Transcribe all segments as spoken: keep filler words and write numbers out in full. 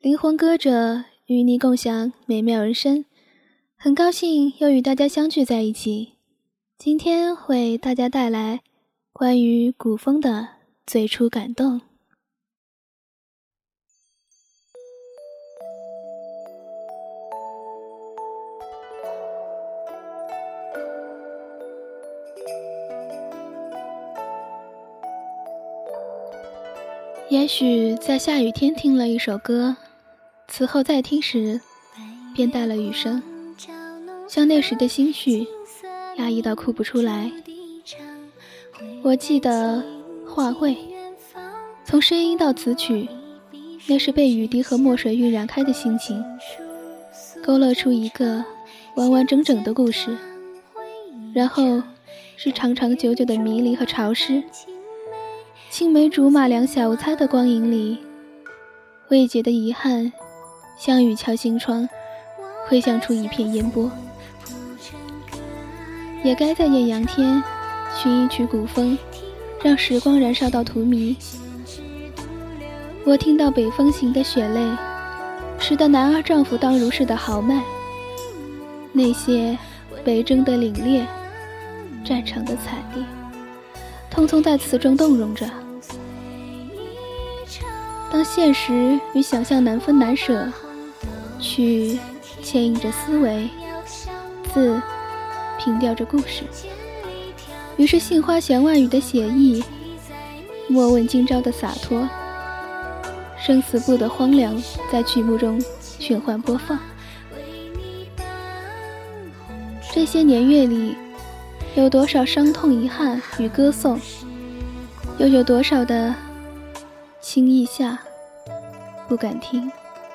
灵魂歌者与你共享美妙人生，很高兴又与大家相聚在一起。今天为大家带来关于古风的最初感动。也许在下雨天听了一首歌，此后再听时便带了雨声，像那时的心绪压抑到哭不出来。我记得话味，从声音到词曲，那是被雨滴和墨水晕染开的心情，勾勒出一个完完整整的故事。然后是长长久久的迷离和潮湿，青梅竹马两小无猜的光影里，未解的遗憾像雨敲心窗，回响出一片烟波。也该在艳阳天寻一曲古风，让时光燃烧到荼蘼。我听到北风行的血泪，使得男儿丈夫当如是的豪迈，那些北征的凛冽，战场的惨烈，通通在词中动容着。当现实与想象难分难舍，曲牵引着思维，字凭吊着故事，于是杏花弦外语的写意，莫问今朝的洒脱，生死簿的荒凉在曲目中循环播放。这些年月里，有多少伤痛遗憾与歌颂，又有多少的轻易下不敢听。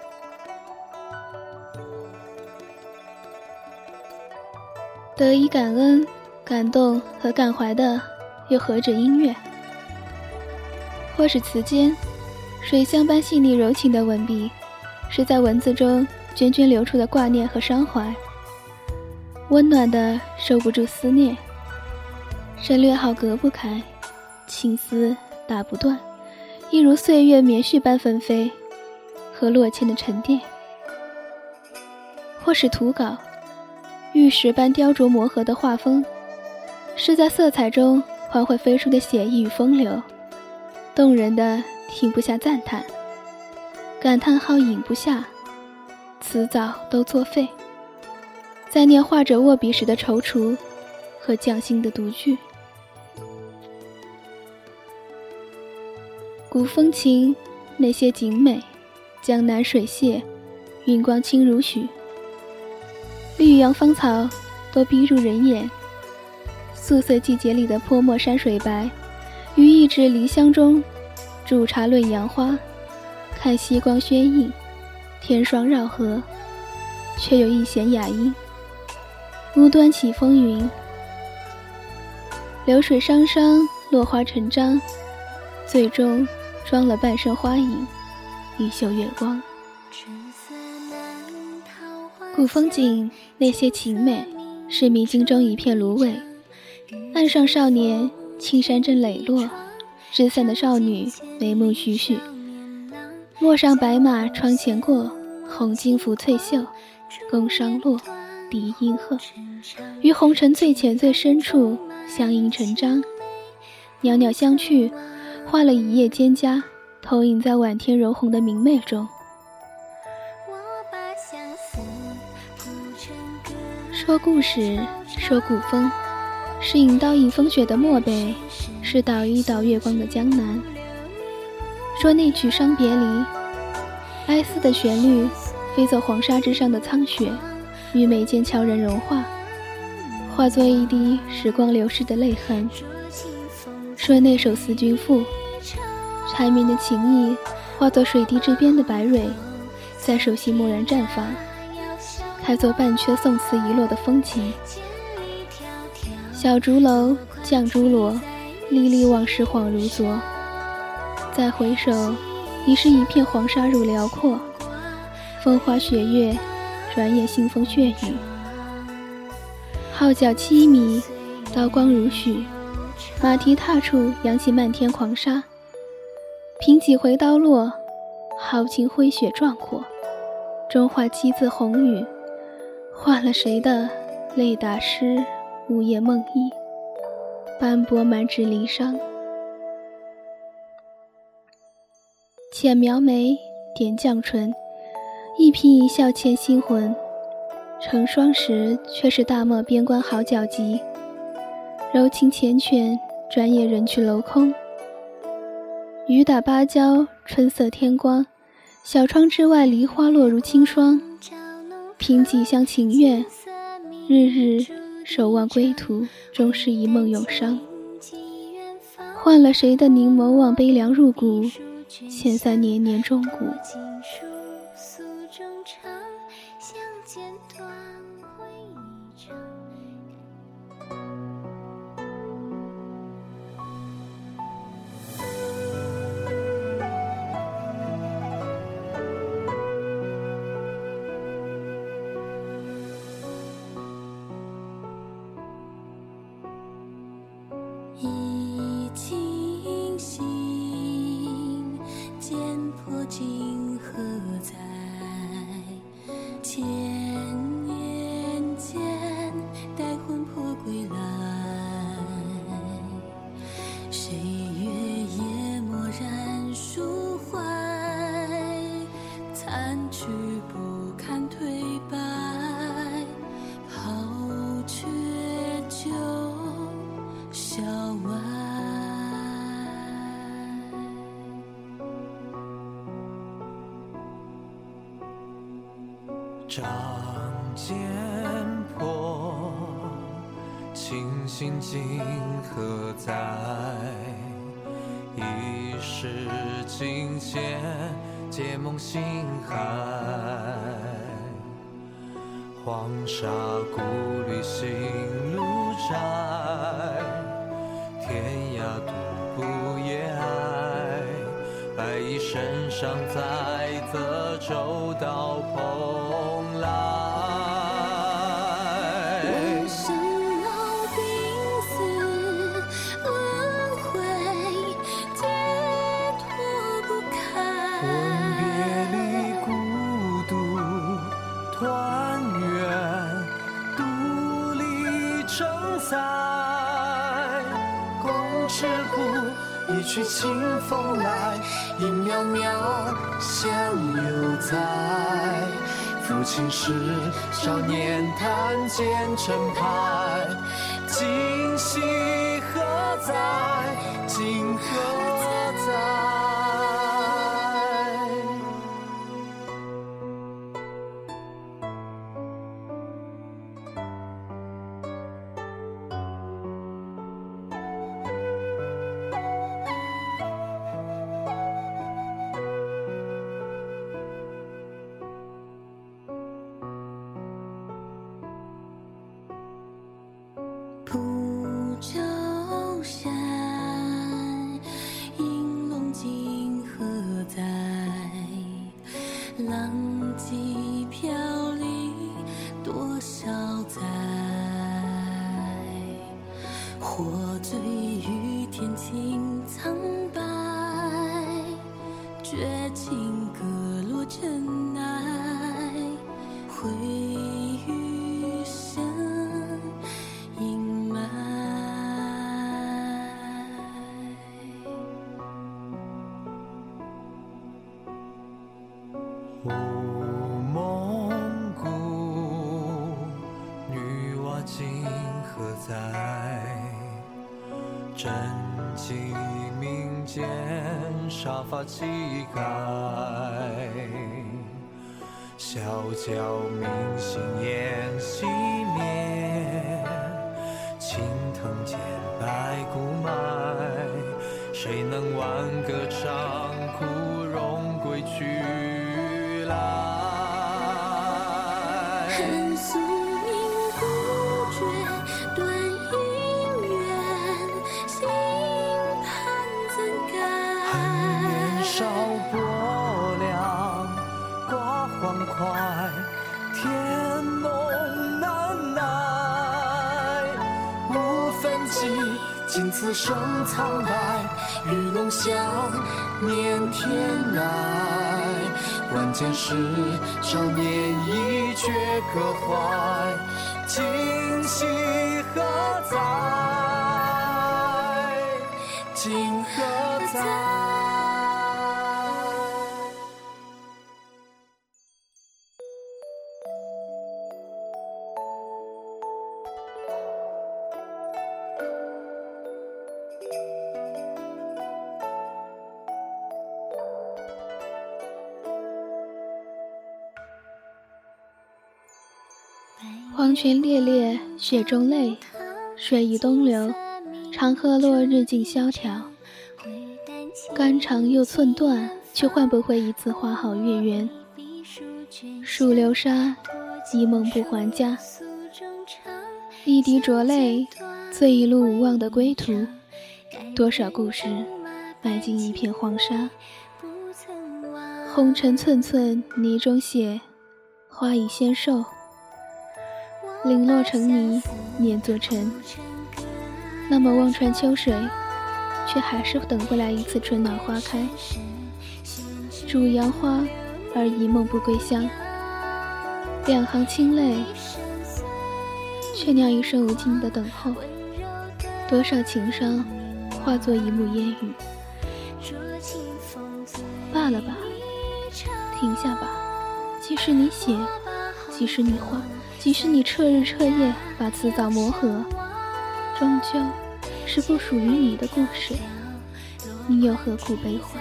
得以感恩、感动和感怀的又何止音乐，或是词间水乡般细腻柔情的文笔，是在文字中涓涓流出的挂念和伤怀，温暖的收不住思念，省略号隔不开，情丝打不断，一如岁月棉絮般纷飞和落欠的沉淀。或是图稿玉石般雕琢磨合的画风，是在色彩中缓缓飞出的写意与风流，动人的停不下赞叹，感叹号饮不下，词藻都作废，在念画者握笔时的踌躇和匠心的独具。古风情那些景美，江南水榭，云光轻如许，绿杨芳草都逼入人眼，宿醉季节里的泼墨山水白，于一纸离乡中煮茶论杨花，看夕光轩映，天霜绕河，却有一弦雅音，无端起风云，流水汤汤，落花成章，最终装了半生花影，一袖月光。古风景那些情美，是迷津中一片芦苇，岸上少年青山正磊落，纸伞的少女眉目徐徐，陌上白马窗前过，红巾拂翠袖，宫商落，笛音和，于红尘最浅最深处相映成章，袅袅相去，画了一夜蒹葭，投影在晚天柔红的明媚中。说故事，说古风，是引刀引风雪的漠北，是倒一倒月光的江南。说那曲伤别离，哀思的旋律飞走黄沙之上的苍雪，于眉间悄然融化，化作一滴时光流逝的泪痕。说那首思君赋，缠绵的情意化作水滴之边的白蕊，在手心蓦然绽放，开作半阙宋词遗落的风情。小竹楼，绛珠罗，历历往事恍如昨，再回首，已是一片黄沙入辽阔，风花雪月，转眼腥风血雨。号角凄迷，刀光如许，马蹄踏处扬起漫天狂沙，凭几回刀落， 豪情挥雪壮阔，中化七字红雨，换了谁的泪打湿午夜梦呓，斑驳满纸离殇。浅描眉，点绛唇，一颦一笑牵心魂。成双时却是大漠边关好脚疾，柔情缱绻，转眼人去楼空。雨打芭蕉，春色天光，小窗之外梨花落如清霜。凭几厢情愿，日日守望归途，终是一梦永伤。换了谁的凝眸望悲凉入骨，千三年年钟鼓。 一清醒，剑破今何在？千年间，待魂魄归来。谁月夜蓦然抒怀？残躯不堪颓败，抛却就笑外。 仗剑破，清醒今何在？一世惊险，结梦心海。黄沙故里行路窄，天涯独步夜爱。白衣身上载，泽舟到蓬莱。 问生老病死轮回，解脱不开。 问别离孤独团圆，独立成才。共持壶，一曲清风来，一渺渺相犹在。抚琴时，少年弹剑成牌。今夕何在？今何在？ 蒲州山，应龙今何在？浪迹飘零多少载？或醉于天晴苍白，绝情歌落尘埃，回余生阴霾。 乌蒙古女娲今何在？真迹民间，杀伐气概。小教明星烟熄灭，青藤见白骨埋。谁能挽歌唱，枯荣归去来？ 恨宿命不绝，断姻缘，心盼怎改？ 恨年少薄凉，挂欢快，天龙难耐。无分际，今此生苍白，与龙相念天涯。 见时，少年已觉各怀，今夕何在？今何在？ 黄泉烈烈，雪中泪，水已东流，长河落日尽萧条。肝肠又寸断，却换不回一次花好月圆。数流沙，一梦不还家。一滴浊泪，醉一路无望的归途。多少故事，埋进一片黄沙。红尘寸寸泥中血，花已纤瘦。零落成泥，碾作尘。那么望穿秋水，却还是等不来一次春暖花开。煮杨花，而一梦不归乡。两行清泪，却酿一生无尽的等候。多少情伤，化作一幕烟雨。罢了吧，停下吧。即使你写，即使你画，即使你彻日彻夜把词藻磨合，终究是不属于你的故事，你又何苦悲欢？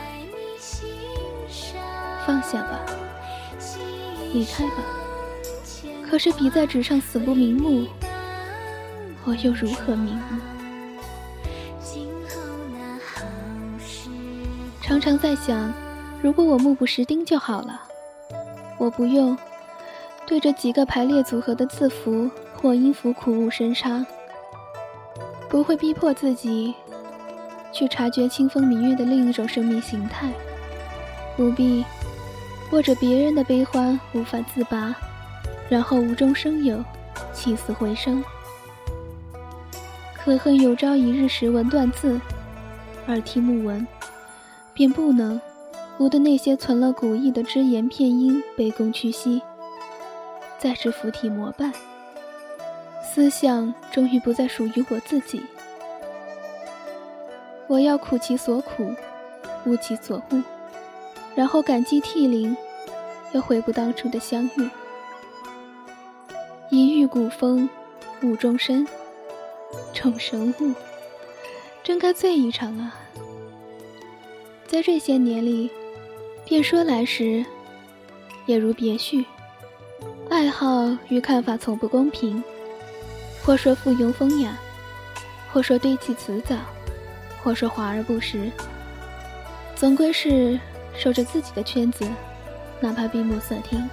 放下吧，离开吧。可是笔在纸上死不瞑目，我又如何瞑目？常常在想，如果我目不识丁就好了，我不用对着几个排列组合的字符或音符苦无深差，不会逼迫自己去察觉清风明月的另一种生命形态，不必握着别人的悲欢无法自拔，然后无中生有，起死回生。可恨有朝一日识文断字，耳听目闻，便不能无的那些存了古意的只言片音卑躬屈膝，再是附体膜拜，思想终于不再属于我自己。我要苦其所苦，悟其所悟，然后感激涕零，又回不当初的相遇。一遇古风，误终身，众生误，真该醉一场啊！在这些年里，便说来时，也如别绪，爱好与看法从不公平，或说附庸风雅，或说堆砌辞藻，或说华而不实，总归是守着自己的圈子，哪怕闭目塞听。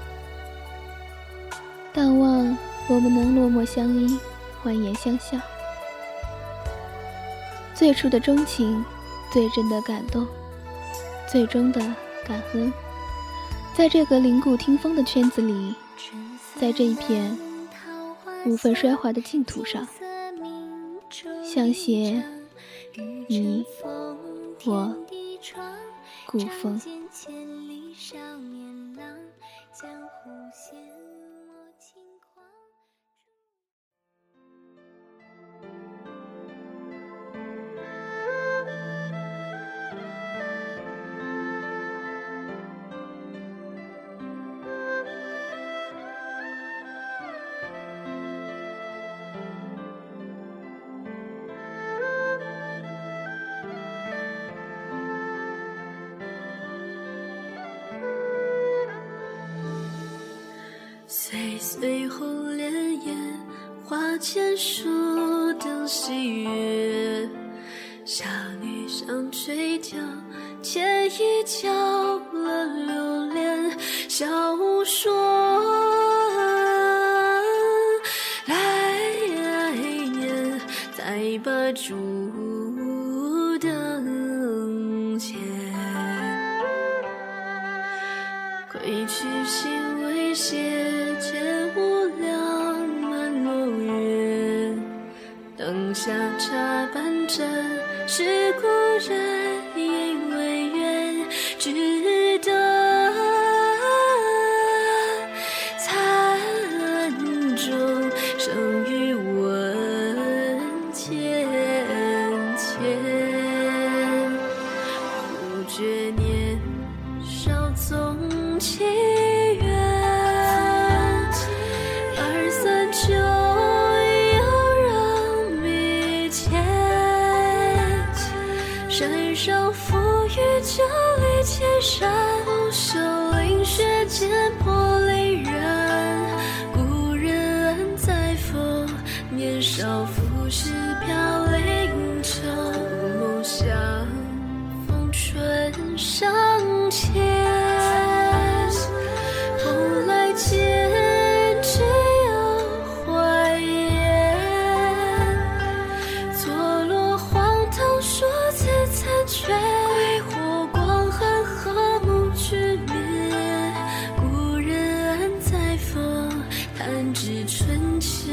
但望我们能落寞相依，欢颜相笑。最初的钟情，最真的感动，最终的感恩，在这个灵谷听风的圈子里，在这一片无分衰华的净土上，相携你我古风。 岁岁红莲叶，花前数等细月。小女上垂钓，且已教了流连。笑说来年，再把烛灯前。归去心未歇，见无量满落月。灯下茶半盏，是故人因为缘，只得祈愿，二三九悠然迷见，山上浮雨九里千山，红袖凌雪见破离人，故人安在否？年少浮世飘零秋，梦想风春上前，后来见只有怀念，错落荒唐说辞残缺，归火光寒和睦俱灭，故人安在否？弹指春秋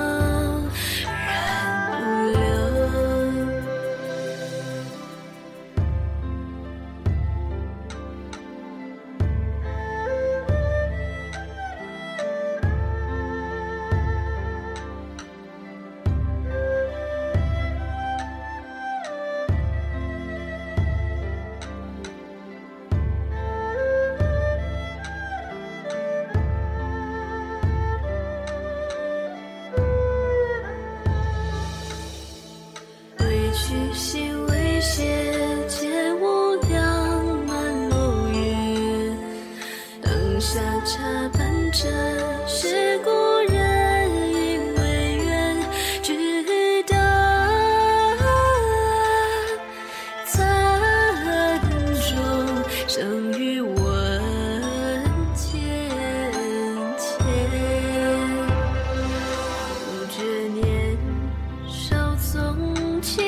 去兮未歇，借无量满楼月，灯下茶半斟，是故人因为缘，只得残中生于闻间前，不觉年少纵情，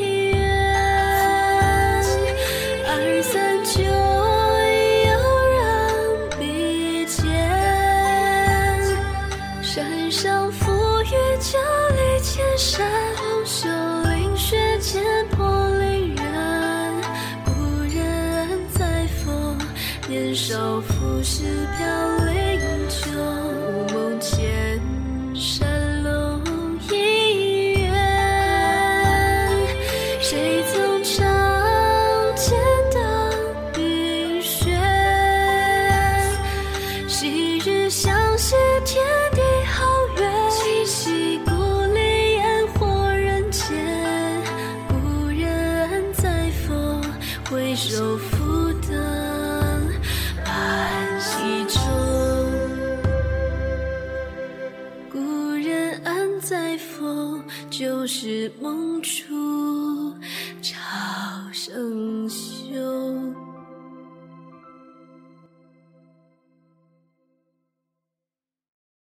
山上浮雨九里千山，红袖凌雪见破离人，故人安在否？年少浮世飘零秋，梦前山楼一园，谁曾尝见等雨雪？昔日相携天地好远，七夕故里烟火人间，故人安在否？回首复等半溪中，故人安在否？旧时梦初